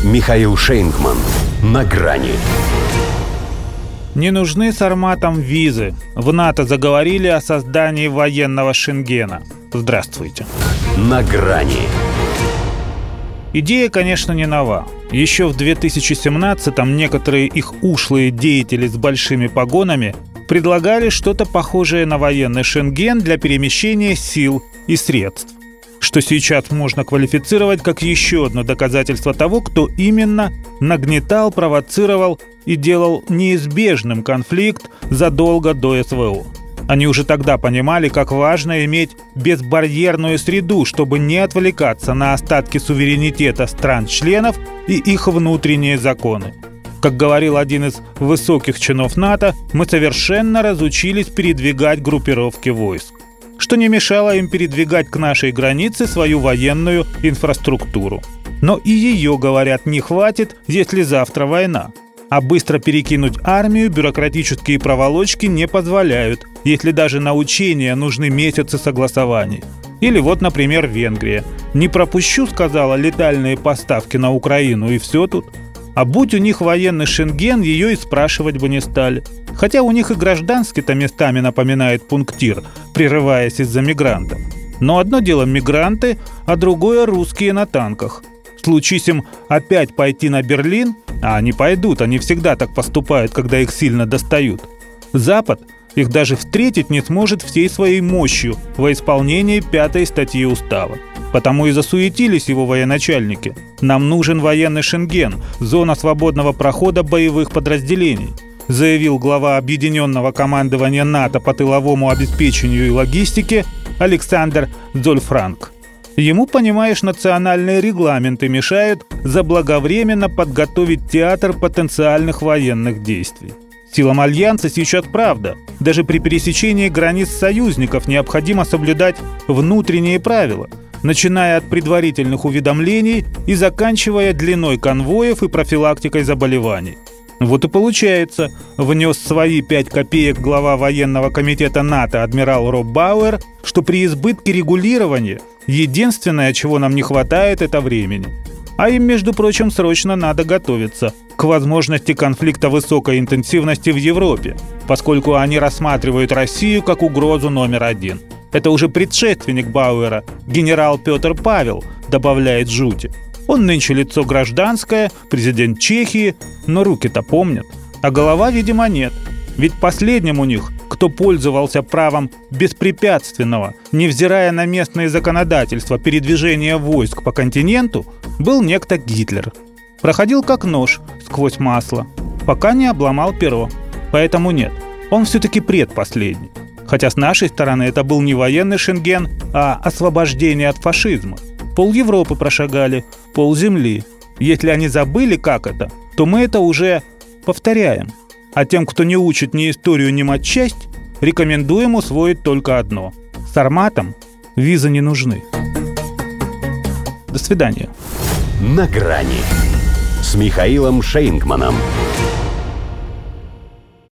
Михаил Шейнгман. На грани. Не нужны сарматам визы. В НАТО заговорили о создании военного Шенгена. Здравствуйте. На грани. Идея, конечно, не нова. Еще в 2017-м некоторые их ушлые деятели с большими погонами предлагали что-то похожее на военный Шенген для перемещения сил и средств, что сейчас можно квалифицировать как еще одно доказательство того, кто именно нагнетал, провоцировал и делал неизбежным конфликт задолго до СВО. Они уже тогда понимали, как важно иметь безбарьерную среду, чтобы не отвлекаться на остатки суверенитета стран-членов и их внутренние законы. Как говорил один из высоких чинов НАТО, мы совершенно разучились передвигать группировки войск, что не мешало им передвигать к нашей границе свою военную инфраструктуру. Но и ее, говорят, не хватит, если завтра война. А быстро перекинуть армию бюрократические проволочки не позволяют, если даже на учения нужны месяцы согласований. Или вот, например, Венгрия. «Не пропущу», — сказала, летальные поставки на Украину, и все тут. А будь у них военный Шенген, ее и спрашивать бы не стали. Хотя у них и гражданский-то местами напоминает пунктир, прерываясь из-за мигрантов. Но одно дело мигранты, а другое русские на танках. Случись им опять пойти на Берлин, а они пойдут, они всегда так поступают, когда их сильно достают. Запад их даже встретить не сможет всей своей мощью во исполнении 5-й статьи Устава. Потому и засуетились его военачальники. Нам нужен военный Шенген, зона свободного прохода боевых подразделений, заявил глава Объединенного командования НАТО по тыловому обеспечению и логистике Александр Зольфранк. Ему, понимаешь, национальные регламенты мешают заблаговременно подготовить театр потенциальных военных действий. Силам Альянса сейчас правда. Даже при пересечении границ союзников необходимо соблюдать внутренние правила, начиная от предварительных уведомлений и заканчивая длиной конвоев и профилактикой заболеваний. Вот и получается, внес свои 5 копеек глава военного комитета НАТО адмирал Роб Бауэр, что при избытке регулирования единственное, чего нам не хватает, это времени. А им, между прочим, срочно надо готовиться к возможности конфликта высокой интенсивности в Европе, поскольку они рассматривают Россию как угрозу номер 1. Это уже предшественник Бауэра, генерал Петр Павел, добавляет жути. Он нынче лицо гражданское, президент Чехии, но руки-то помнят, а голова, видимо, нет. Ведь последним у них, кто пользовался правом беспрепятственного, невзирая на местные законодательства, передвижения войск по континенту, был некто Гитлер. Проходил как нож сквозь масло, пока не обломал перо. Поэтому нет, он все-таки предпоследний. Хотя с нашей стороны это был не военный Шенген, а освобождение от фашизма. Пол-Европы прошагали, пол-земли. Если они забыли, как это, то мы это уже повторяем. А тем, кто не учит ни историю, ни матчасть, рекомендуем усвоить только одно. Сарматам визы не нужны. До свидания. На грани с Михаилом Шейнгманом.